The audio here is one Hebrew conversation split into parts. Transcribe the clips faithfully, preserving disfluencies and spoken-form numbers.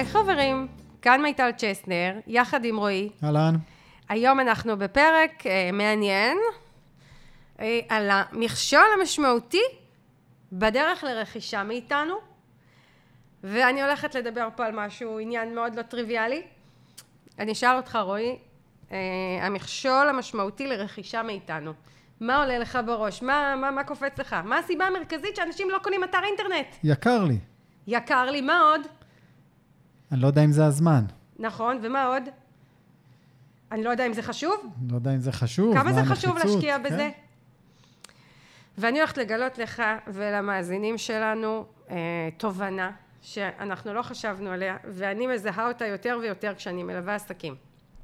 היי חברים, כאן מיטל צ'סנר, יחד עם רועי. אהלן. היום אנחנו בפרק אה, מעניין אה, על המכשול המשמעותי בדרך לרכישה מאיתנו, ואני הולכת לדבר פה על משהו, עניין מאוד לא טריוויאלי. אני אשאל אותך רועי, אה, המכשול המשמעותי לרכישה מאיתנו. מה עולה לך בראש? מה, מה, מה קופץ לך? מה הסיבה המרכזית שאנשים לא קונים אתר אינטרנט? יקר לי. יקר לי, מה עוד? אני לא יודע אם זה הזמן. נכון, ומה עוד? אני לא יודע אם זה חשוב. אני לא יודע אם זה חשוב. כמה זה חשוב הנחיצות, להשקיע כן? בזה? ואני הולכת לגלות לך ולמאזינים שלנו אה, תובנה שאנחנו לא חשבנו עליה, ואני מזהה אותה יותר ויותר כשאני מלווה עסקים.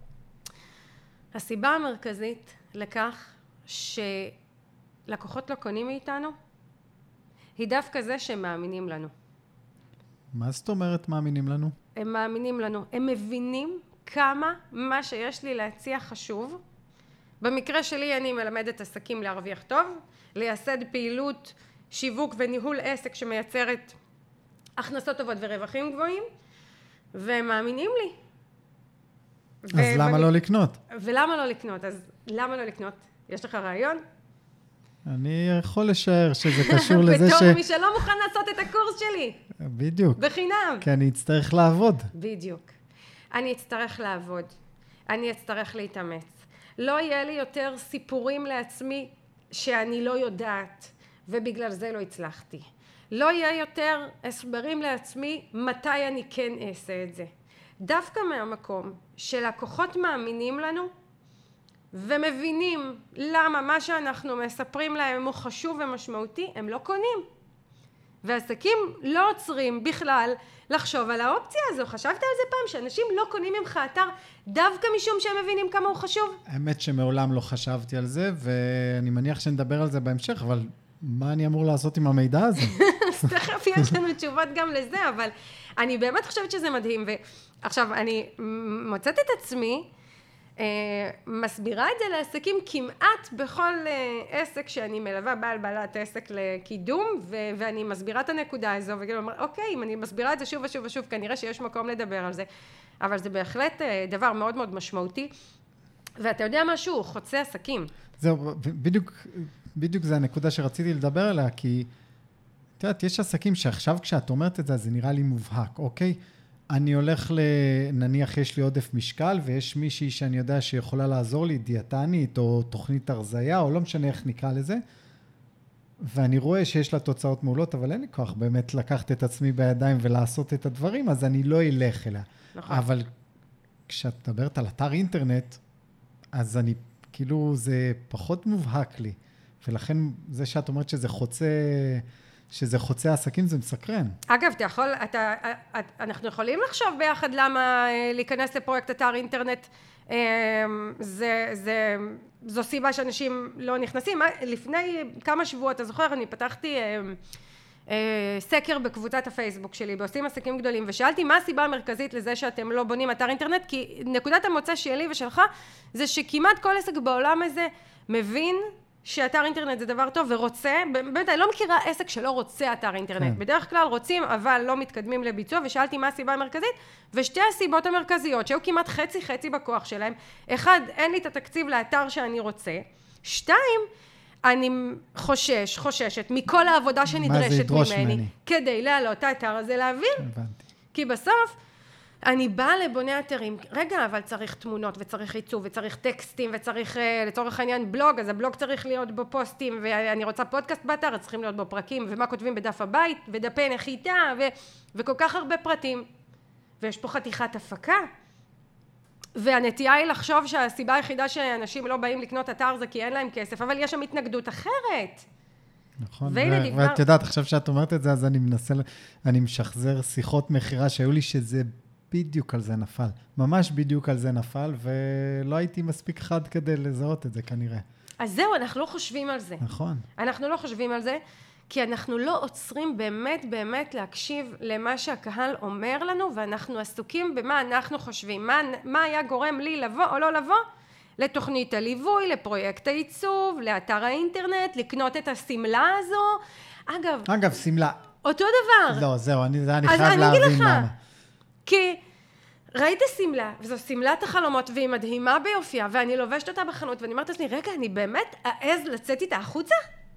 הסיבה המרכזית לכך שלקוחות לא קונים מאיתנו, היא דווקא זה שהם מאמינים לנו. מה זאת אומרת מאמינים לנו? הם מאמינים לנו, הם מבינים כמה מה שיש לי להציע חשוב. במקרה שלי אני מלמדת עסקים להרוויח טוב, לייסד פעילות, שיווק וניהול עסק שמייצרת הכנסות טובות ורווחים גבוהים, והם מאמינים לי. אז ו- למה ואני... לא לקנות? ולמה לא לקנות? אז למה לא לקנות? יש לך רעיון? אני יכול לשער שזה קשור לזה ש... בתור מי שלא מוכן לעשות את הקורס שלי. בדיוק. בחינם. כי אני אצטרך לעבוד. בדיוק. אני אצטרך לעבוד. אני אצטרך להתאמץ. לא יהיה לי יותר סיפורים לעצמי שאני לא יודעת, ובגלל זה לא הצלחתי. לא יהיה יותר הסברים לעצמי מתי אני כן אעשה את זה. דווקא מהמקום שלקוחות מאמינים לנו, ומבינים למה מה שאנחנו מספרים להם הוא חשוב ומשמעותי, הם לא קונים. ועסקים לא עוצרים בכלל לחשוב על האופציה הזו. חשבת על זה פעם שאנשים לא קונים ממך אתר דווקא משום שהם מבינים כמה הוא חשוב? האמת שמעולם לא חשבתי על זה, ואני מניח שנדבר על זה בהמשך, אבל מה אני אמור לעשות עם המידע הזה? אז תכף יש לנו תשובות גם לזה, אבל אני באמת חושבת שזה מדהים. ועכשיו, אני מוצאת את עצמי, מסבירה את זה לעסקים כמעט בכל עסק שאני מלווה בעל בעלת עסק לקידום, ו- ואני מסבירה את הנקודה הזו, וכאילו אומר, אוקיי, אם אני מסבירה את זה שוב ושוב ושוב, כנראה שיש מקום לדבר על זה, אבל זה בהחלט דבר מאוד מאוד משמעותי, ואתה יודע משהו, הוא חוצה עסקים. זהו, בדיוק, בדיוק זה הנקודה שרציתי לדבר עליה, כי, את יודעת, יש עסקים שעכשיו כשאת אומרת את זה, זה נראה לי מובהק, אוקיי? אני הולך ל... נניח יש לי עודף משקל, ויש מישהי שאני יודע שיכולה לעזור לי, דיאטנית, או תוכנית הרזיה, או לא משנה איך נקרא לזה, ואני רואה שיש לה תוצאות מעולות, אבל אין לי כוח באמת לקחת את עצמי בידיים ולעשות את הדברים, אז אני לא אלך אליה. נכון. אבל כשאת מדברת על אתר אינטרנט, אז אני, כאילו, זה פחות מובהק לי, ולכן זה שאת אומרת שזה חוצה... שזה חוצה עסקים, זה מסקרן. אגב, אתה יכול, אתה, אנחנו יכולים לחשוב ביחד למה להיכנס לפרויקט אתר אינטרנט, זה, זה, זו סיבה שאנשים לא נכנסים. לפני כמה שבועות, אתה זוכר, אני פתחתי סקר בקבוצת הפייסבוק שלי, בעושים עסקים גדולים, ושאלתי מה הסיבה המרכזית לזה שאתם לא בונים אתר אינטרנט, כי נקודת המוצא שלי ושלך, זה שכמעט כל עסק בעולם הזה מבין, שאתר אינטרנט זה דבר טוב ורוצה, באמת אני לא מכירה עסק שלא רוצה אתר אינטרנט, כן. בדרך כלל רוצים אבל לא מתקדמים לביצוע, ושאלתי מה הסיבה המרכזית, ושתי הסיבות המרכזיות שהיו כמעט חצי חצי בכוח שלהם, אחד, אין לי את התקציב לאתר שאני רוצה, שתיים, אני חושש, חוששת מכל העבודה שנדרשת ממני, ממני, כדי להעלות את האתר הזה לאוויר, הבנתי. כי בסוף, אני באה לבוני אתרים, רגע, אבל צריך תמונות וצריך עיצוב וצריך טקסטים וצריך לצורך העניין בלוג, אז הבלוג צריך להיות בו פוסטים, ואני רוצה פודקאסט באתר, אז צריכים להיות בו פרקים, ומה כותבים בדף הבית, ודפי נחיתה, ו- וכל כך הרבה פרטים. ויש פה חתיכת הפקה, והנטייה היא לחשוב שהסיבה היחידה שאנשים לא באים לקנות אתר זה כי אין להם כסף, אבל יש שם התנגדות אחרת. נכון, ו- דבר... ואת יודעת, עכשיו שאת אומרת את זה, אז אני מנסה, אני משחזר שיחות מחירה שהיו לי שזה בדיוק על זה נפל. ממש בדיוק על זה נפל, ולא הייתי מספיק חד כדי לזהות את זה כנראה. אז זהו, אנחנו לא חושבים על זה. נכון. אנחנו לא חושבים על זה, כי אנחנו לא עוצרים באמת באמת להקשיב למה שהקהל אומר לנו, ואנחנו עסוקים במה אנחנו חושבים. מה, מה היה גורם לי לבוא או לא לבוא? לתוכנית הליווי, לפרויקט העיצוב, לאתר האינטרנט, לקנות את הסמלה הזו. אגב... אגב, סמלה. אותו דבר. לא, זהו, אני, אני חייב להבין למה. כי ראיתי סמלה, וזו סמלת החלומות, והיא מדהימה ביופייה, ואני לובשת אותה בחנות, ואני אומרת לעצמי, רגע, אני באמת אעז לצאת איתה החוצה?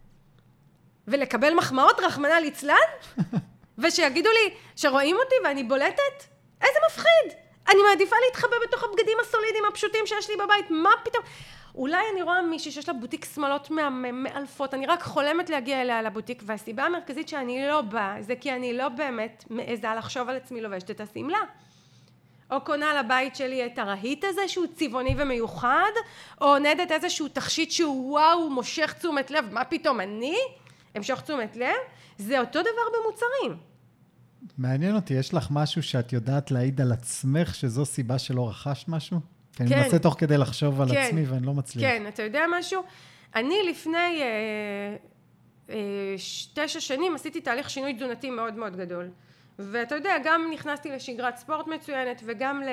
ולקבל מחמאות רחמנא ליצלן? ושיגידו לי שרואים אותי ואני בולטת? איזה מפחיד! אני מעדיפה להתחבא בתוך הבגדים הסולידיים הפשוטים שיש לי בבית, מה פתאום? אולי אני רואה מישהי שיש לה בוטיק שמלות מאלפות, אני רק חולמת להגיע אליה לבוטיק, והסיבה המרכזית שאני לא באה, זה כי אני לא באמת מעיזה לחשוב על עצמי לובשת את הסמלה. או קונה לבית שלי את הרהיט הזה שהוא צבעוני ומיוחד, או עונדת איזשהו תכשיט שהוא וואו, מושך תשומת לב, מה פתאום אני? המשוך תשומת לב? זה אותו דבר במוצרים. מעניין אותי, יש לך משהו שאת יודעת להעיד על עצמך, שזו סיבה שלא רכשת משהו? כי כן. אני מנסה תוך כדי לחשוב על כן. עצמי ואני לא מצליח. כן, אתה יודע משהו? אני לפני אה, אה, תשע שנים עשיתי תהליך שינוי תזונתי מאוד מאוד גדול. ואתה יודע, גם נכנסתי לשגרת ספורט מצוינת וגם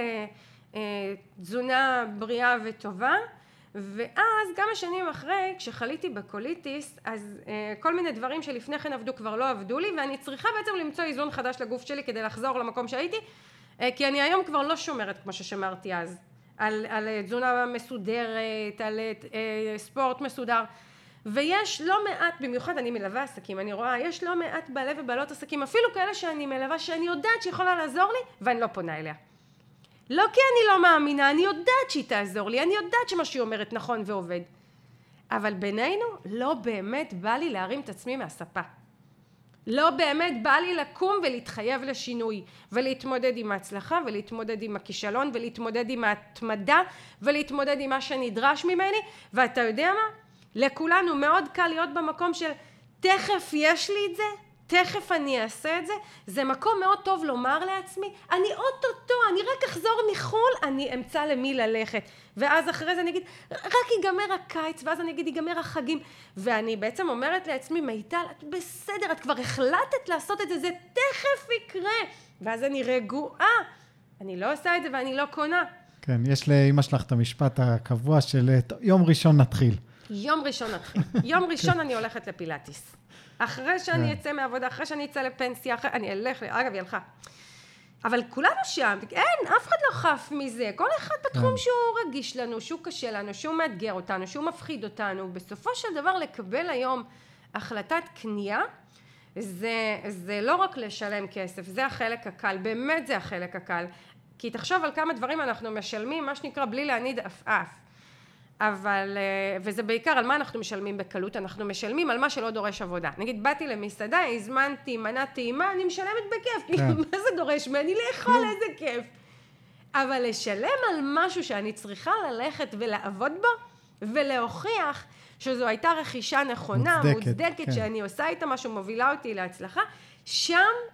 לתזונה בריאה וטובה. ואז כמה שנים אחרי, כשחליתי בקוליטיס, אז אה, כל מיני דברים שלפני כן עבדו כבר לא עבדו לי, ואני צריכה בעצם למצוא איזון חדש לגוף שלי כדי לחזור למקום שהייתי, אה, כי אני היום כבר לא שומרת כמו ששמרתי אז, על, על תזונה מסודרת, על אה, ספורט מסודר, ויש לא מעט, במיוחד אני מלווה עסקים, אני רואה, יש לא מעט בעלי ובעלות עסקים, אפילו כאלה שאני מלווה, שאני יודעת שיכולה לעזור לי, ואני לא פונה אליה. לא כי אני לא מאמינה, אני יודעת שהיא תעזור לי, אני יודעת שמה שהיא אומרת נכון ועובד. אבל בינינו, לא באמת בא לי להרים את עצמי מהספה. לא באמת בא לי לקום ולהתחייב לשינוי, ולהתמודד עם ההצלחה, ולהתמודד עם הכישלון, ולהתמודד עם ההתמדה, ולהתמודד עם מה שנדרש ממני, ואתה יודע מה? לכולנו מאוד קל להיות במקום של תכף יש לי את זה, תכף אני אעשה את זה, זה מקום מאוד טוב לומר לעצמי, אני אוטוטו, אני רק אחזור מחול, אני אמצא למי ללכת, ואז אחרי זה אני אגיד, רק ייגמר הקיץ, ואז אני אגיד, ייגמר החגים, ואני בעצם אומרת לעצמי, מיטל, את בסדר, את כבר החלטת לעשות את זה, זה תכף יקרה, ואז אני רגועה, אני לא עושה את זה ואני לא קונה. כן, יש לאמא שלך את המשפט הקבוע של יום ראשון נתחיל. יום ראשון נתחיל, יום ראשון אני הולכת לפילאטיס. אחרי שאני אצא מהעבודה, אחרי שאני אצא לפנסיה, אחרי, אני אלך, אגב, היא הלכה. אבל כולנו שם, אין, אף אחד לא חף מזה. כל אחד בתחום שהוא רגיש לנו, שהוא קשה לנו, שהוא מאתגר אותנו, שהוא מפחיד אותנו. בסופו של דבר, לקבל היום החלטת קנייה, זה, זה לא רק לשלם כסף, זה החלק הקל, באמת זה החלק הקל. כי תחשוב על כמה דברים אנחנו משלמים, מה שנקרא, בלי להניד אף-אף. אבל, וזה בעיקר על מה אנחנו משלמים בקלות, אנחנו משלמים על מה שלא דורש עבודה. נגיד, באתי למסעדה, הזמנתי מנת טעימה, אני משלמת בכיף, כן. מה זה דורש ממני? לאכול איזה כיף. אבל לשלם על משהו שאני צריכה ללכת ולעבוד בו, ולהוכיח שזו הייתה רכישה נכונה, מוצדקת, מוצדקת כן. שאני עושה איתה משהו, מובילה אותי להצלחה, שם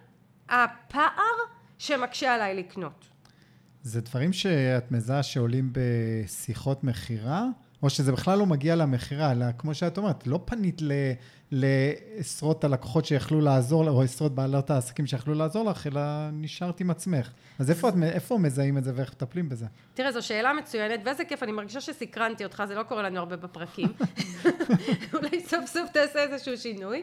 הפער שמקשה עליי לקנות. זה דברים שאת מזהה שעולים בשיחות מחירה, או שזה בכלל לא מגיע למחירה, אלא כמו שאת אומרת, לא פנית ל, לעשרות הלקוחות שיכלו לעזור, או עשרות בעלות העסקים שיכלו לעזור לך, אלא נשארת עם עצמך. אז איפה, איפה מזהים את זה ואיך מטפלים בזה? תראה, זו שאלה מצוינת, ואיזה כיף, אני מרגישה שסקרנתי אותך, זה לא קורה לנו הרבה בפרקים. אולי סוף סוף תעשה איזשהו שינוי.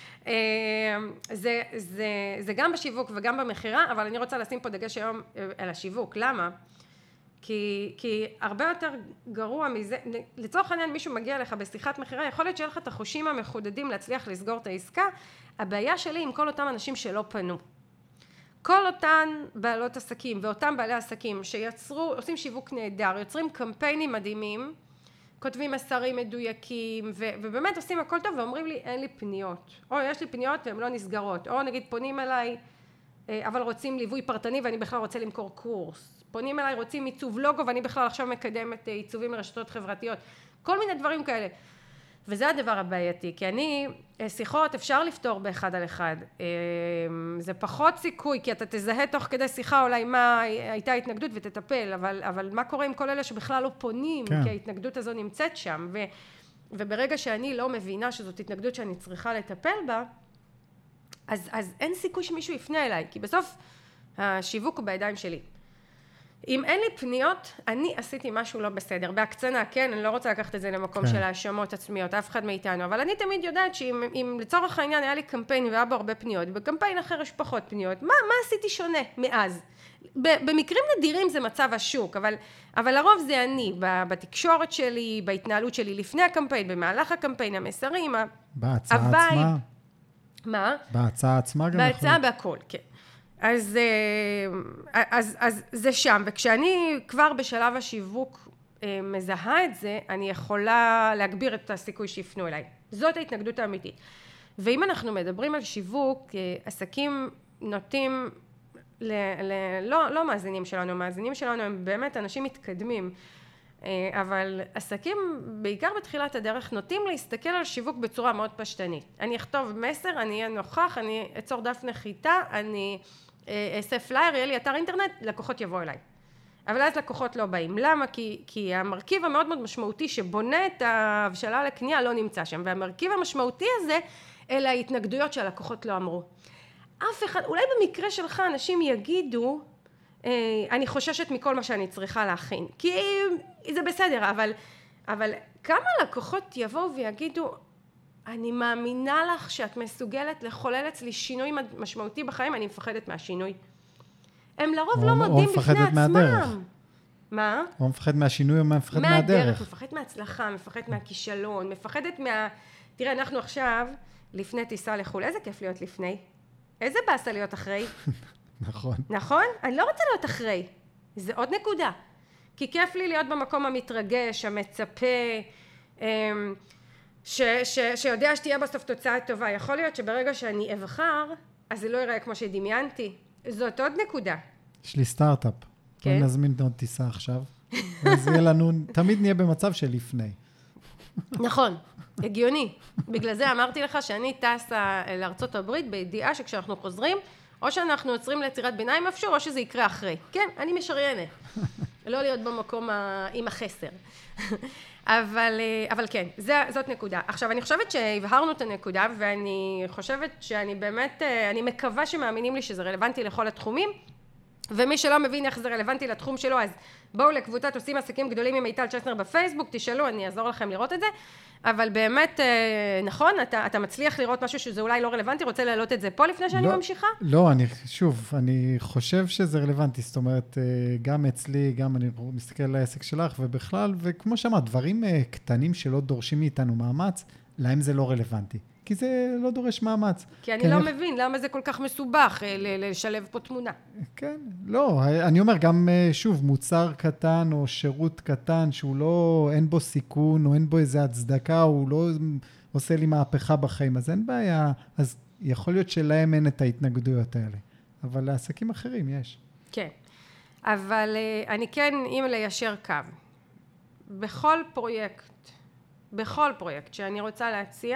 זה, זה, זה גם בשיווק וגם במחירה, אבל אני רוצה לשים פה דגש היום על השיווק. למה? כי, כי הרבה יותר גרוע מזה, לצורך העניין מישהו מגיע לך בשיחת מחירה, יכול להיות שיהיה לך את החושים המחודדים להצליח לסגור את העסקה. הבעיה שלי עם כל אותם אנשים שלא פנו. כל אותן בעלות עסקים ואותם בעלי עסקים שיצרו, עושים שיווק נהדר, יוצרים קמפיינים מדהימים, כותבים מסרים מדויקים, ו- ובאמת עושים הכל טוב, ואומרים לי, אין לי פניות. או יש לי פניות והן לא נסגרות. או נגיד, פונים אליי, אבל רוצים ליווי פרטני, ואני בכלל רוצה למכור קורס. פונים אליי, רוצים עיצוב לוגו, ואני בכלל עכשיו מקדמת עיצובים לרשתות חברתיות. כל מיני דברים כאלה. וזה הדבר הבעייתי, כי אני, שיחות אפשר לפתור באחד על אחד. זה פחות סיכוי, כי אתה תזהה תוך כדי שיחה אולי מה הייתה התנגדות ותטפל, אבל, אבל מה קורה עם כל אלה שבכלל לא פונים, כן. כי ההתנגדות הזו נמצאת שם, ו, וברגע שאני לא מבינה שזאת התנגדות שאני צריכה לטפל בה, אז, אז אין סיכוי שמישהו יפנה אליי, כי בסוף השיווק הוא בידיים שלי. אם אין לי פניות, אני עשיתי משהו לא בסדר. בהקצנה, כן, אני לא רוצה לקחת את זה למקום כן. של האשמות עצמיות, אף אחד מאיתנו, אבל אני תמיד יודעת שאם אם לצורך העניין היה לי קמפיין והיה בו הרבה פניות, בקמפיין אחר יש פחות פניות, מה, מה עשיתי שונה מאז? במקרים נדירים זה מצב השוק, אבל, אבל לרוב זה אני, בתקשורת שלי, בהתנהלות שלי לפני הקמפיין, במהלך הקמפיין, המסרים, בהצעה הווייב. עצמה. מה? בהצעה עצמה גם יכול. בהצעה בהכל, כן. אז, אז, אז זה שם, וכשאני כבר בשלב השיווק מזהה את זה, אני יכולה להגביר את הסיכוי שיפנו אליי. זאת ההתנגדות האמיתית. ואם אנחנו מדברים על שיווק, עסקים נוטים, ל, ל, לא, לא מאזינים שלנו, מאזינים שלנו הם באמת אנשים מתקדמים, אבל עסקים בעיקר בתחילת הדרך נוטים להסתכל על שיווק בצורה מאוד פשטנית. אני אכתוב מסר, אני אהיה נוכח, אני אצור דף נחיתה, אני אעשה פלייר, יהיה לי אתר אינטרנט, לקוחות יבואו אליי. אבל אז לקוחות לא באים. למה? כי, כי המרכיב המאוד מאוד משמעותי שבונה את ההבשלה לקנייה לא נמצא שם, והמרכיב המשמעותי הזה אלה ההתנגדויות שהלקוחות לא אמרו. אף אחד, אולי במקרה שלך אנשים יגידו, אני חוששת מכל מה שאני צריכה להכין, כי זה בסדר, אבל, אבל כמה לקוחות יבואו ויגידו, אני מאמינה לך שאת מסוגלת לחולל אצלי שינוי משמעותי בחיים, אני מפחדת מהשינוי. הם לרוב לא מודים בפני עצמם. מה? הוא מפחד מהשינוי או מפחד מהדרך? מהדרך, מפחד מההצלחה, מפחד מהכישלון, מפחדת מה... תראה, אנחנו עכשיו, לפני טיסה לחול, איזה כיף להיות לפני? איזה באסה להיות אחרי? נכון. נכון? אני לא רוצה להיות אחרי. זה עוד נקודה. כי כיף לי להיות במקום המתרגש, המצפה, ש, ש, שיודע שתהיה בסוף תוצאה טובה. יכול להיות שברגע שאני אבחר, אז זה לא ייראה כמו שדמיינתי. זאת עוד נקודה. יש לי סטארט-אפ. כן? בואי נזמין עוד טיסה עכשיו. אז יהיה לנו, תמיד נהיה במצב של לפני. נכון, הגיוני. בגלל זה אמרתי לך שאני טסה לארצות הברית בידיעה שכשאנחנו חוזרים, או שאנחנו יוצרים ליצירת ביניים אפשור, או שזה יקרה אחרי. כן, אני משריינת. לא להיות במקום עם החסר. אבל, אבל כן, זה, זאת נקודה. עכשיו, אני חושבת שהבהרנו את הנקודה, ואני חושבת שאני באמת, אני מקווה שמאמינים לי שזה רלוונטי לכל התחומים, ומי שלא מבין איך זה רלוונטי לתחום שלו, אז בואו לקבוצת עושים עסקים גדולים עם מיטל צ'סנר בפייסבוק, תשאלו, אני אעזור לכם לראות את זה, אבל באמת, נכון, אתה, אתה מצליח לראות משהו שזה אולי לא רלוונטי, רוצה להעלות את זה פה לפני שאני לא, ממשיכה? לא, אני, שוב, אני חושב שזה רלוונטי, זאת אומרת, גם אצלי, גם אני מסתכל על העסק שלך, ובכלל, וכמו שאמרת, דברים קטנים שלא דורשים מאיתנו מאמץ, להם זה לא רלוונטי. כי זה לא דורש מאמץ. כי אני לא מבין למה זה כל כך מסובך לשלב פה תמונה. כן, לא, אני אומר גם שוב, מוצר קטן או שירות קטן שהוא לא, אין בו סיכון או אין בו איזו הצדקה, הוא לא עושה לי מהפכה בחיים, אז אין בעיה, אז יכול להיות שלהם אין את ההתנגדויות האלה, אבל לעסקים אחרים יש. כן, אבל אני כן, אם ליישר קו, בכל פרויקט, בכל פרויקט שאני רוצה להציע,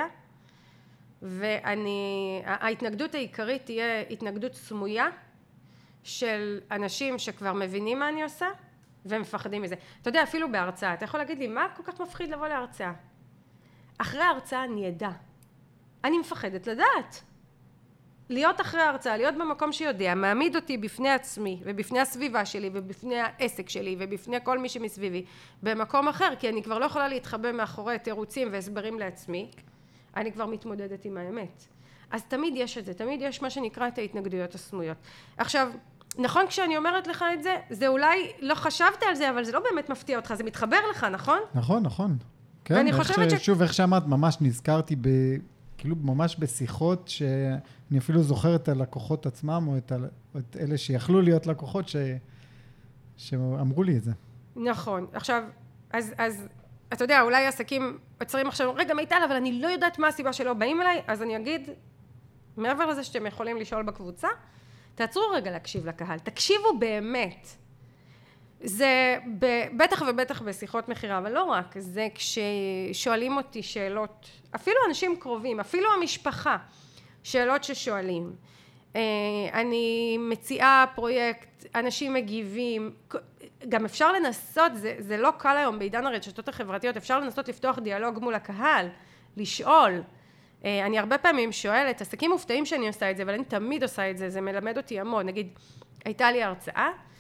ואני, ההתנגדות העיקרית תהיה התנגדות סמויה של אנשים שכבר מבינים מה אני עושה ומפחדים מזה. אתה יודע, אפילו בהרצאה, אתה יכול להגיד לי, מה כל כך מפחיד לבוא להרצאה? אחרי ההרצאה אני אדע. אני מפחדת לדעת. להיות אחרי ההרצאה, להיות במקום שיודע, מעמיד אותי בפני עצמי ובפני הסביבה שלי ובפני העסק שלי ובפני כל מי שמסביבי במקום אחר, כי אני כבר לא יכולה להתחבא מאחורי תירוצים והסברים לעצמי. אני כבר מתמודדת עם האמת. אז תמיד יש את זה, תמיד יש מה שנקרא את ההתנגדויות הסמויות. עכשיו, נכון כשאני אומרת לך את זה, זה אולי לא חשבת על זה, אבל זה לא באמת מפתיע אותך, זה מתחבר לך, נכון? נכון, נכון. כן, ואני חושבת ש... שוב, איך שאמרת, ממש נזכרתי ב... כאילו ממש בשיחות שאני אפילו זוכר את הלקוחות עצמם, או את, ה... את אלה שיכלו להיות לקוחות ש... שאמרו לי את זה. נכון. עכשיו, אז... אז... אתה יודע, אולי עסקים עוצרים עכשיו, רגע מיטל, אבל אני לא יודעת מה הסיבה שלא באים אליי, אז אני אגיד, מעבר לזה שאתם יכולים לשאול בקבוצה, תעצרו רגע להקשיב לקהל, תקשיבו באמת. זה בטח ובטח בשיחות מחירה, אבל לא רק, זה כששואלים אותי שאלות, אפילו אנשים קרובים, אפילו המשפחה, שאלות ששואלים. אני מציעה פרויקט, אנשים מגיבים, גם אפשר לנסות, זה, זה לא קל היום בעידן הרשתות החברתיות, אפשר לנסות לפתוח דיאלוג מול הקהל, לשאול. אני הרבה פעמים שואלת, עסקים מופתעים שאני עושה את זה, אבל אני תמיד עושה את זה, זה מלמד אותי המון. נגיד, הייתה לי הרצאה,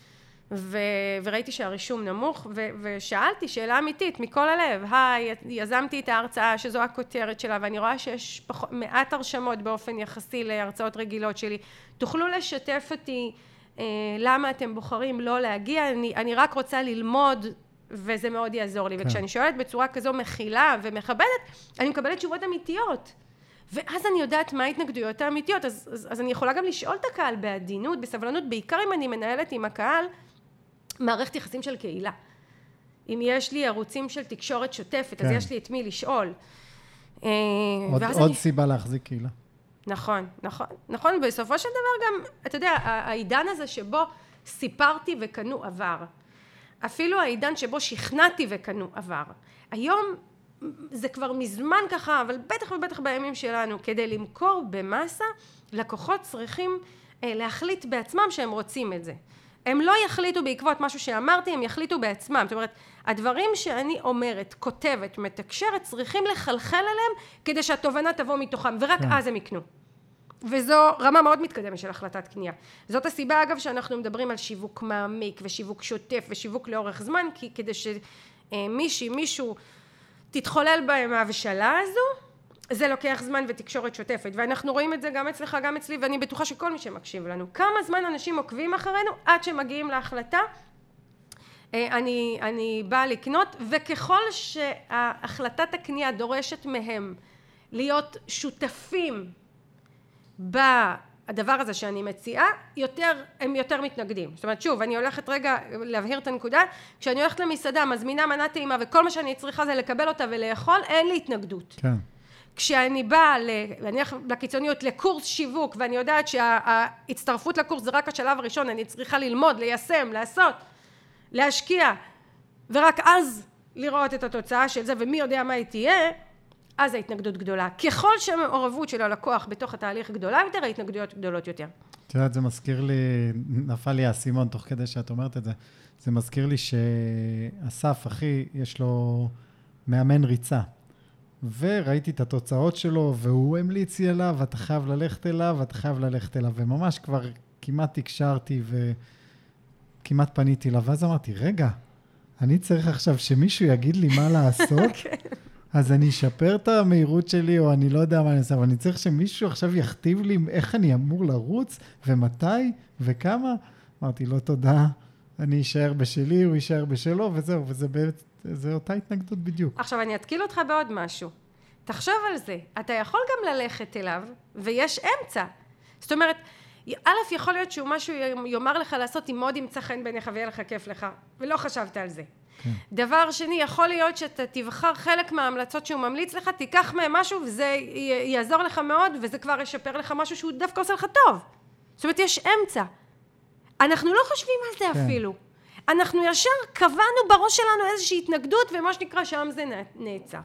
ו... וראיתי שהרישום נמוך, ו... ושאלתי שאלה אמיתית מכל הלב, היי, יזמתי את ההרצאה שזו הכותרת שלה, ואני רואה שיש פח... מעט הרשמות באופן יחסי להרצאות רגילות שלי, תוכלו לשתף אותי אה, למה אתם בוחרים לא להגיע, אני, אני רק רוצה ללמוד, וזה מאוד יעזור לי, כן. וכשאני שואלת בצורה כזו מכילה ומכבדת, אני מקבלת תשובות אמיתיות, ואז אני יודעת מה ההתנגדויות האמיתיות, אז, אז, אז אני יכולה גם לשאול את הקהל בעדינות, בסבלנות, בעיקר אם אני מנהלת עם הקהל, מערכת יחסים של קהילה. אם יש לי ערוצים של תקשורת שוטפת, כן. אז יש לי את מי לשאול. עוד, עוד אני... סיבה להחזיק קהילה. נכון, נכון, נכון, בסופו של דבר גם, אתה יודע, העידן הזה שבו סיפרתי וקנו עבר, אפילו העידן שבו שכנעתי וקנו עבר, היום זה כבר מזמן ככה, אבל בטח ובטח בימים שלנו, כדי למכור במסה, לקוחות צריכים אה, להחליט בעצמם שהם רוצים את זה. הם לא יחליטו בעקבות משהו שאמרתי, הם יחליטו בעצמם. זאת אומרת, הדברים שאני אומרת, כותבת, מתקשרת, צריכים לחלחל עליהם, כדי שהתובנה תבוא מתוכם, ורק yeah. אז הם יקנו. וזו רמה מאוד מתקדמת של החלטת קנייה. זאת הסיבה, אגב, שאנחנו מדברים על שיווק מעמיק, ושיווק שוטף, ושיווק לאורך זמן, כי כדי שמישהי, מישהו, תתחולל בהם ההבשלה הזו, זה לוקח זמן ותקשורת שוטפת, ואנחנו רואים את זה גם אצלך, גם אצלי, ואני בטוחה שכל מי שמקשיב לנו. כמה זמן אנשים עוקבים אחרינו עד שמגיעים להחלטה, אני, אני באה לקנות, וככל שהחלטת הקנייה דורשת מהם להיות שותפים בדבר הזה שאני מציעה, יותר, הם יותר מתנגדים. זאת אומרת, שוב, אני הולכת רגע להבהיר את הנקודה, כשאני הולכת למסעדה, מזמינה מנה טעימה, וכל מה שאני צריכה זה לקבל אותה ולאכול, אין לי התנגדות. כן. כשאני באה, אני הולכת לקיצוניות, לקורס שיווק, ואני יודעת שההצטרפות לקורס זה רק השלב הראשון, אני צריכה ללמוד, ליישם, לעשות, להשקיע, ורק אז לראות את התוצאה של זה, ומי יודע מה היא תהיה, אז ההתנגדות גדולה. ככל שהמעורבות של הלקוח בתוך התהליך גדולה יותר, ההתנגדויות גדולות יותר. את יודעת, זה מזכיר לי, נפל לי האסימון תוך כדי שאת אומרת את זה, זה מזכיר לי שאסף, אחי, יש לו מאמן ריצה, וראיתי את התוצאות שלו, והוא המליץ לי אליו, אתה חייב ללכת אליו, אתה חייב ללכת אליו, וממש כבר כמעט תקשרתי, וכמעט פניתי אליו, ואז אמרתי, רגע, אני צריך עכשיו שמישהו יגיד לי מה לעשות, אז אני אשפר את המהירות שלי, או אני לא יודע מה אני אעשה, אבל אני צריך שמישהו עכשיו יכתיב לי איך אני אמור לרוץ, ומתי, וכמה. אמרתי, לא תודה, אני אשאר בשלי, הוא יישאר בשלו, וזהו, וזה באמת, זה אותה התנגדות בדיוק. עכשיו, אני אתקיל אותך בעוד משהו. תחשוב על זה. אתה יכול גם ללכת אליו, ויש אמצע. זאת אומרת, א', יכול להיות שהוא משהו יאמר לך לעשות, אם מאוד ימצא חן בעיניך ויהיה לך כיף לך, ולא חשבת על זה. כן. דבר שני, יכול להיות שאתה תבחר חלק מההמלצות שהוא ממליץ לך, תיקח מהם משהו, וזה יעזור לך מאוד, וזה כבר ישפר לך משהו שהוא דווקא עושה לך טוב. זאת אומרת, יש אמצע. אנחנו לא חושבים על זה כן. אפילו. אנחנו ישר קבענו בראש שלנו איזושהי התנגדות, ומה שנקרא שם זה נעצר.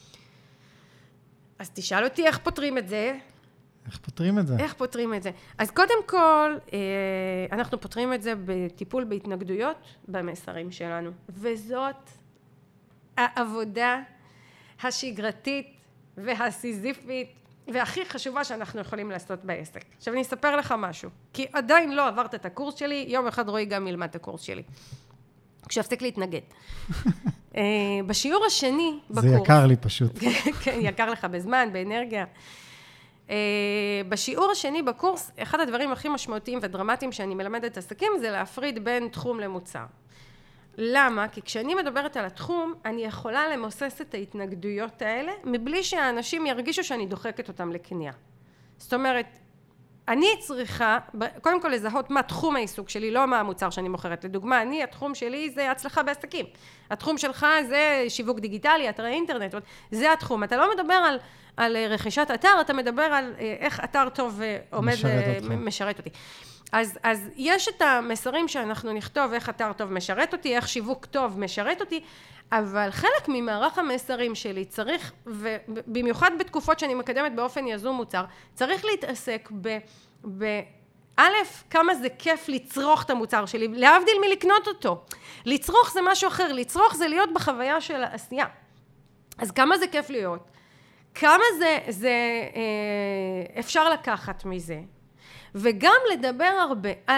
אז תשאל אותי איך פותרים את זה. איך פותרים את זה? איך פותרים את זה? אז קודם כל, אנחנו פותרים את זה בטיפול בהתנגדויות במסרים שלנו. וזאת העבודה השגרתית והסיזיפית והכי חשובה שאנחנו יכולים לעשות בעסק. עכשיו אני אספר לך משהו, כי עדיין לא עברת את הקורס שלי, יום אחד רואי גם ילמד את הקורס שלי. כשהפסיק להתנגד. בשיעור השני בקורס... זה יקר לי פשוט. כן, יקר לך בזמן, באנרגיה. בשיעור השני בקורס, אחד הדברים הכי משמעותיים ודרמטיים שאני מלמדת עסקים, זה להפריד בין תחום למוצר. למה? כי כשאני מדברת על התחום, אני יכולה למוסס את ההתנגדויות האלה, מבלי שהאנשים ירגישו שאני דוחקת אותם לקנייה. זאת אומרת, אני צריכה, קודם כל לזהות מה תחום העיסוק שלי, לא מה המוצר שאני מוכרת. לדוגמה, אני, התחום שלי זה הצלחה בעסקים. התחום שלך זה שיווק דיגיטלי, אתרי אינטרנט, זה התחום. אתה לא מדבר על, על רכישת אתר, אתה מדבר על איך אתר טוב עומד, משרת, משרת אותי. אז, אז יש את המסרים שאנחנו נכתוב איך אתר טוב משרת אותי, איך שיווק טוב משרת אותי, אבל חלק ממערך המסרים שלי צריך, ובמיוחד בתקופות שאני מקדמת באופן יזום מוצר, צריך להתעסק ב... ב א', כמה זה כיף לצרוך את המוצר שלי, להבדיל מלקנות אותו. לצרוך זה משהו אחר, לצרוך זה להיות בחוויה של העשייה. אז כמה זה כיף להיות? כמה זה, זה אה, אפשר לקחת מזה? וגם לדבר הרבה על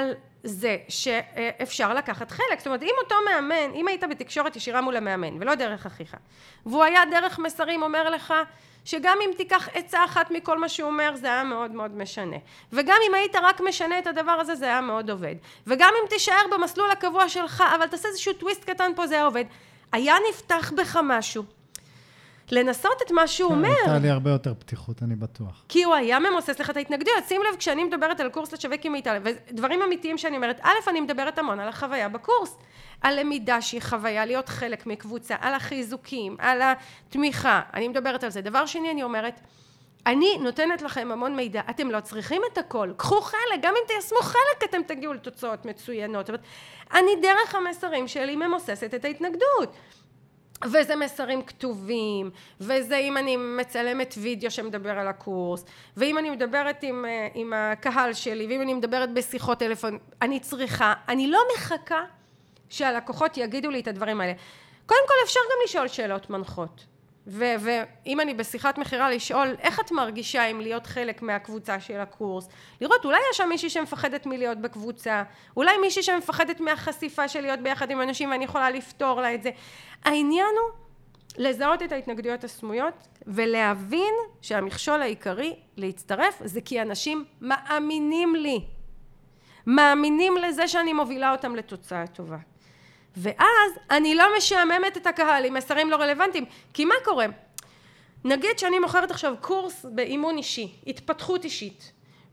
זה שאפשר לקחת חלק. זאת אומרת, אם אותו מאמן, אם היית בתקשורת ישירה מול המאמן, ולא דרך אחיך, והוא היה דרך מסרים אומר לך, שגם אם תיקח עצה אחת מכל מה שהוא אומר, זה היה מאוד מאוד משנה. וגם אם היית רק משנה את הדבר הזה, זה היה מאוד עובד. וגם אם תישאר במסלול הקבוע שלך, אבל תעשה איזשהו טוויסט קטן פה, זה היה עובד. היה נפתח בך משהו. לנסות את מה שהוא אומר. הייתה לי הרבה יותר פתיחות, אני בטוח. כי הוא היה ממוסס לך את ההתנגדויות. שים לב, כשאני מדברת על קורס לשווק עם מיטל, ודברים אמיתיים שאני אומרת, א', אני מדברת המון על החוויה בקורס, על למידה שהיא חוויה, להיות חלק מקבוצה, על החיזוקים, על התמיכה, אני מדברת על זה. דבר שני, אני אומרת, אני נותנת לכם המון מידע, אתם לא צריכים את הכל, קחו חלק, גם אם תיישמו חלק, אתם תגיעו לתוצאות מצוינות. אני דרך המסרים שלי ממוססת את ההתנגדות. וזה מסרים כתובים, וזה אם אני מצלמת וידאו שמדבר על הקורס, ואם אני מדברת עם, עם הקהל שלי, ואם אני מדברת בשיחות טלפון, אני צריכה, אני לא מחכה שהלקוחות יגידו לי את הדברים האלה. קודם כל אפשר גם לשאול שאלות מנחות, ו- ואם אני בשיחת מחירה לשאול, איך את מרגישה עם להיות חלק מהקבוצה של הקורס? לראות, אולי יש שם מישהי שמפחדת מלהיות בקבוצה, אולי מישהי שמפחדת מהחשיפה של להיות ביחד עם אנשים ואני יכולה לפתור לה את זה. העניין הוא לזהות את ההתנגדויות הסמויות ולהבין שהמכשול העיקרי להצטרף זה כי אנשים מאמינים לי. מאמינים לזה שאני מובילה אותם לתוצאה טובה. ואז אני לא משעממת את הקהל עם מסרים לא רלוונטיים. כי מה קורה? נגיד שאני מוכרת עכשיו קורס באימון אישי, התפתחות אישית.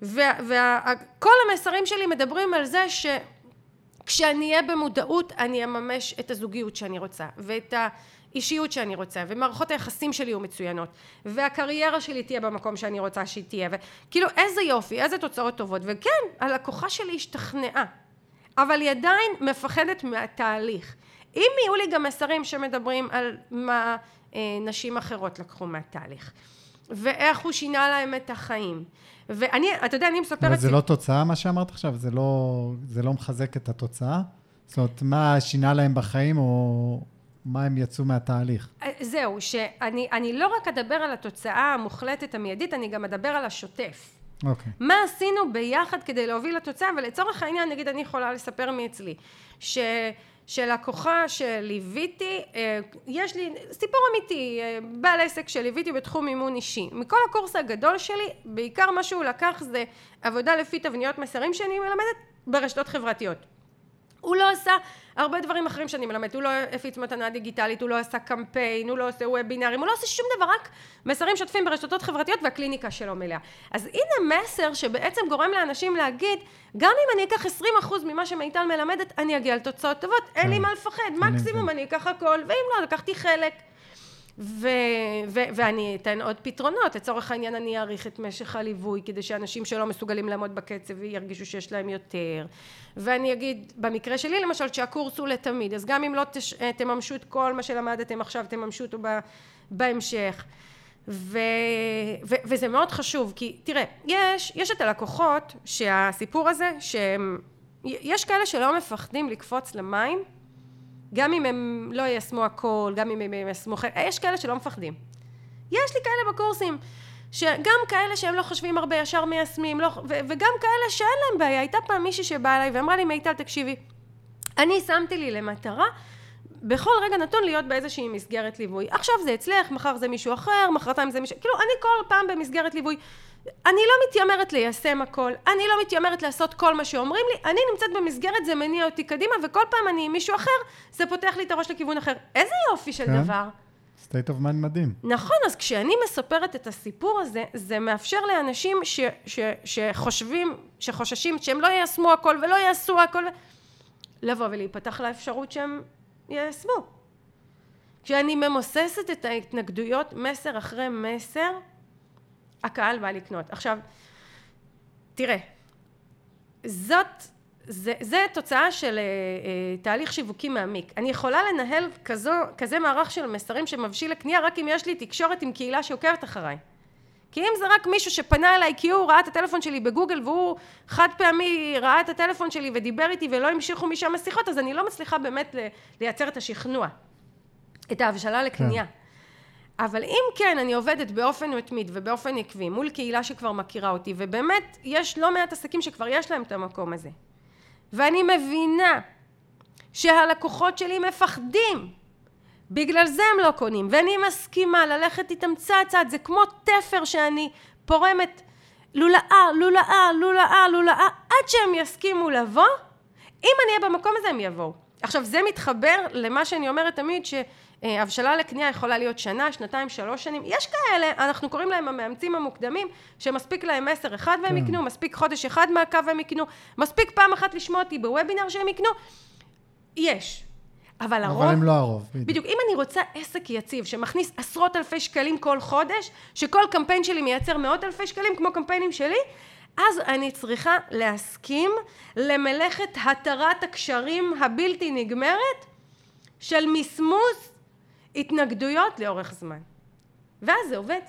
וכל המסרים שלי מדברים על זה שכשאני אהיה במודעות, אני אממש את הזוגיות שאני רוצה, ואת האישיות שאני רוצה, ומערכות היחסים שלי יהיו מצוינות, והקריירה שלי תהיה במקום שאני רוצה שהיא תהיה. וכאילו איזה יופי, איזה תוצאות טובות. וכן, הלקוחה שלי השתכנעה. אבל היא עדיין מפחדת מהתהליך. אם יהיו לי גם מסרים שמדברים על מה נשים אחרות לקחו מהתהליך, ואיך הוא שינה להם את החיים. ואני, אתה יודע, אני מספרת... אבל זה לא תוצאה מה שאמרת עכשיו? זה לא, זה לא מחזק את התוצאה? זאת אומרת, מה שינה להם בחיים, או מה הם יצאו מהתהליך? זהו, שאני אני לא רק אדבר על התוצאה המוחלטת המיידית, אני גם אדבר על השוטף. Okay. מה עשינו ביחד כדי להוביל לתוצאה, ולצורך העניין, נגיד, אני יכולה לספר מאצלי, ש, שלקוחה שליוויתי, יש לי סיפור אמיתי, בעל עסק שליוויתי בתחום אימון אישי. מכל הקורס הגדול שלי, בעיקר מה שהוא לקח זה עבודה לפי תבניות מסרים שאני מלמדת ברשתות חברתיות. הוא לא עשה הרבה דברים אחרים שאני מלמדת, הוא לא הפיץ מתנה דיגיטלית, הוא לא עשה קמפיין, הוא לא עושה וובינרים, הוא לא עושה שום דבר, רק מסרים שוטפים ברשתות חברתיות והקליניקה שלו מלאה. אז הנה מסר שבעצם גורם לאנשים להגיד, גם אם אני אקח עשרים אחוז ממה שמיטל מלמדת, אני אגיע לתוצאות טובות, אין לי מה לפחד, מקסימום אני אקח הכל, ואם לא, לקחתי חלק. ו- ו- ואני אתן עוד פתרונות, לצורך העניין אני אעריך את משך הליווי, כדי שאנשים שלא מסוגלים לעמוד בקצב ירגישו שיש להם יותר, ואני אגיד, במקרה שלי למשל, שהקורס הוא לתמיד, אז גם אם לא תש- תממשו את כל מה שלמדתם עכשיו, תממשו אותו ב- בהמשך, ו- ו- וזה מאוד חשוב, כי תראה, יש, יש את הלקוחות שהסיפור הזה, שיש כאלה שלא מפחדים לקפוץ למים, גם אם הם לא יישמו הכל, גם אם הם יישמו חלק, יש כאלה שלא מפחדים. יש לי כאלה בקורסים, שגם כאלה שהם לא חושבים הרבה ישר מיישמים, לא, ו- וגם כאלה שאין להם בעיה. הייתה פעם מישהי שבאה אליי ואמרה לי, מיטל, תקשיבי, אני שמתי לי למטרה, בכל רגע נתון להיות באיזושהי מסגרת ליווי. עכשיו זה אצלך, מחר זה מישהו אחר, מחרתיים זה מישהו, כאילו אני כל פעם במסגרת ליווי, אני לא מתיימרת ליישם הכל, אני לא מתיימרת לעשות כל מה שאומרים לי, אני נמצאת במסגרת, זה מניע אותי קדימה, וכל פעם אני עם מישהו אחר, זה פותח לי את הראש לכיוון אחר. איזה יופי של כן. דבר. state of mind מדהים. נכון, אז כשאני מספרת את הסיפור הזה, זה מאפשר לאנשים ש, ש, שחושבים, שחוששים, שהם לא יישמו הכל ולא יעשו הכל, לבוא ולהיפתח לאפשרות שהם יישמו. כשאני ממוססת את ההתנגדויות מסר אחרי מסר, הקהל בא לקנות. עכשיו, תראה, זאת, זה, זה תוצאה של אה, אה, תהליך שיווקי מעמיק. אני יכולה לנהל כזו, כזה מערך של מסרים שמבשיל לקנייה, רק אם יש לי תקשורת עם קהילה שעוקבת אחריי. כי אם זה רק מישהו שפנה אליי, כי הוא ראה את הטלפון שלי בגוגל, והוא חד פעמי ראה את הטלפון שלי ודיבר איתי, ולא המשיכו משם השיחות, אז אני לא מצליחה באמת לייצר את השכנוע, את ההבשלה לקנייה. כן. אבל אם כן, אני עובדת באופן מתמיד ובאופן עקבי, מול קהילה שכבר מכירה אותי, ובאמת יש לא מעט עסקים שכבר יש להם את המקום הזה. ואני מבינה שהלקוחות שלי מפחדים, בגלל זה הם לא קונים, ואני מסכימה ללכת איתם צעד צעד, זה כמו תפר שאני פורמת לולאה, לולאה, לולאה, לולאה, עד שהם יסכימו לבוא, אם אני אהיה במקום הזה הם יבואו. עכשיו זה מתחבר למה שאני אומרת תמיד, שהבשלה לקנייה יכולה להיות שנה, שנתיים, שלוש שנים, יש כאלה, אנחנו קוראים להם המאמצים המוקדמים, שמספיק להם מסר אחד והם כן. יקנו, מספיק חודש אחד מהקו והם יקנו, מספיק פעם אחת לשמוע אותי בוובינר שהם יקנו, יש. אבל הרוב... אבל הם לא הרוב. בדיוק. בדיוק, אם אני רוצה עסק יציב, שמכניס עשרות אלפי שקלים כל חודש, שכל קמפיין שלי מייצר מאות אלפי שקלים, כמו קמפיינים שלי, אז אני צריכה להסכים למלאכת התרת הקשרים הבלתי נגמרת, של מסמוס התנגדויות לאורך זמן. ואז זה עובד.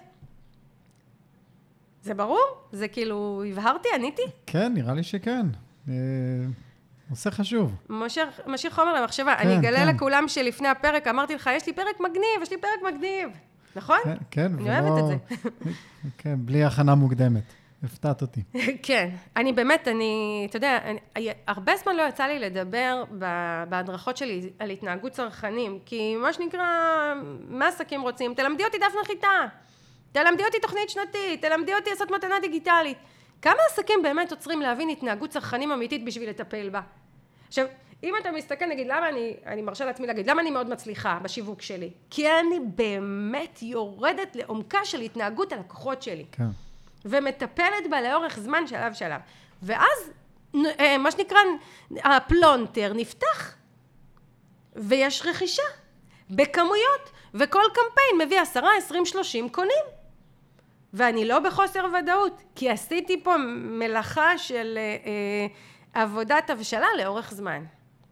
זה ברור? זה כאילו, הבהרתי, עניתי? כן, נראה לי שכן. אה, נושא חשוב. משאיר, משאיר חומר למחשבה. כן, אני אגלה כן. לכולם שלפני הפרק אמרתי לך, יש לי פרק מגניב, יש לי פרק מגניב. נכון? כן, כן. אני אוהבת את זה. כן, בלי הכנה מוקדמת. הפתעת אותי. כן, אני באמת, אני, אתה יודע, אני, הרבה זמן לא יצא לי לדבר בהדרכות שלי על התנהגות צרכנים, כי מה שנקרא, מה עסקים רוצים? תלמדי אותי דף נחיתה, תלמדי אותי תוכנית שנתית, תלמדי אותי לעשות מתנה דיגיטלית. כמה עסקים באמת עוצרים להבין התנהגות צרכנים אמיתית בשביל לטפל בה? עכשיו, אם אתה מסתכל, נגיד, למה אני, אני מרשה לעצמי להגיד, למה אני מאוד מצליחה בשיווק שלי? כי אני באמת יורדת לעומקה של התנהגות הלקוחות שלי. כן. ומטפלת בה לאורך זמן שלב שלב. ואז, מה שנקרא, הפלונטר נפתח, ויש רכישה, בכמויות, וכל קמפיין מביא עשרה, עשרים, שלושים קונים. ואני לא בחוסר ודאות, כי עשיתי פה מלאכה של אה, עבודת הבשלה לאורך זמן.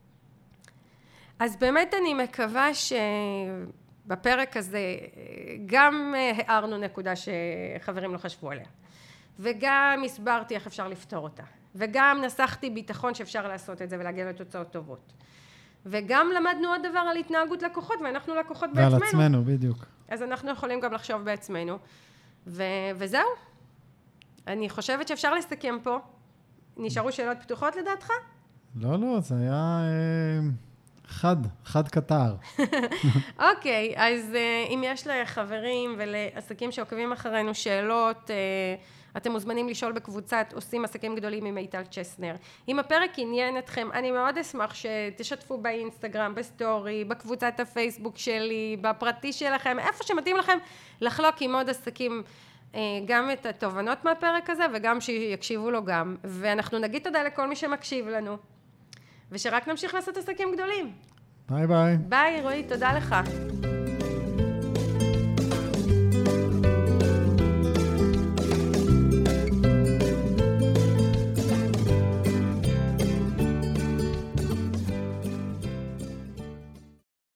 אז באמת אני מקווה שבפרק הזה גם הערנו נקודה שחברים לא חשבו עליה, וגם הסברתי איך אפשר לפתור אותה, וגם נסחתי ביטחון שאפשר לעשות את זה ולהגיע לתוצאות טובות. וגם למדנו עוד דבר על התנהגות לקוחות, ואנחנו לקוחות בעצמנו. ועל עצמנו, בדיוק. אז אנחנו יכולים גם לחשוב בעצמנו. ו- וזהו. אני חושבת שאפשר לסכם פה. נשארו שאלות פתוחות לדעתך? לא, לא, זה היה אה, חד, חד קטר. אוקיי, אז אה, אם יש לחברים ולעסקים שעוקבים אחרינו שאלות, אה, אתם מוזמנים לשאול בקבוצת עושים עסקים גדולים עם מיטל צ'סנר. אם הפרק עניין אתכם, אני מאוד אשמח שתשתפו באינסטגרם, בסטורי, בקבוצת הפייסבוק שלי, בפרטי שלכם, איפה שמתאים לכם לחלוק עם עוד עסקים, גם את התובנות מהפרק הזה וגם שיקשיבו לו גם. ואנחנו נגיד תודה לכל מי שמקשיב לנו, ושרק נמשיך לעשות עסקים גדולים. ביי ביי. ביי רועי, תודה לך.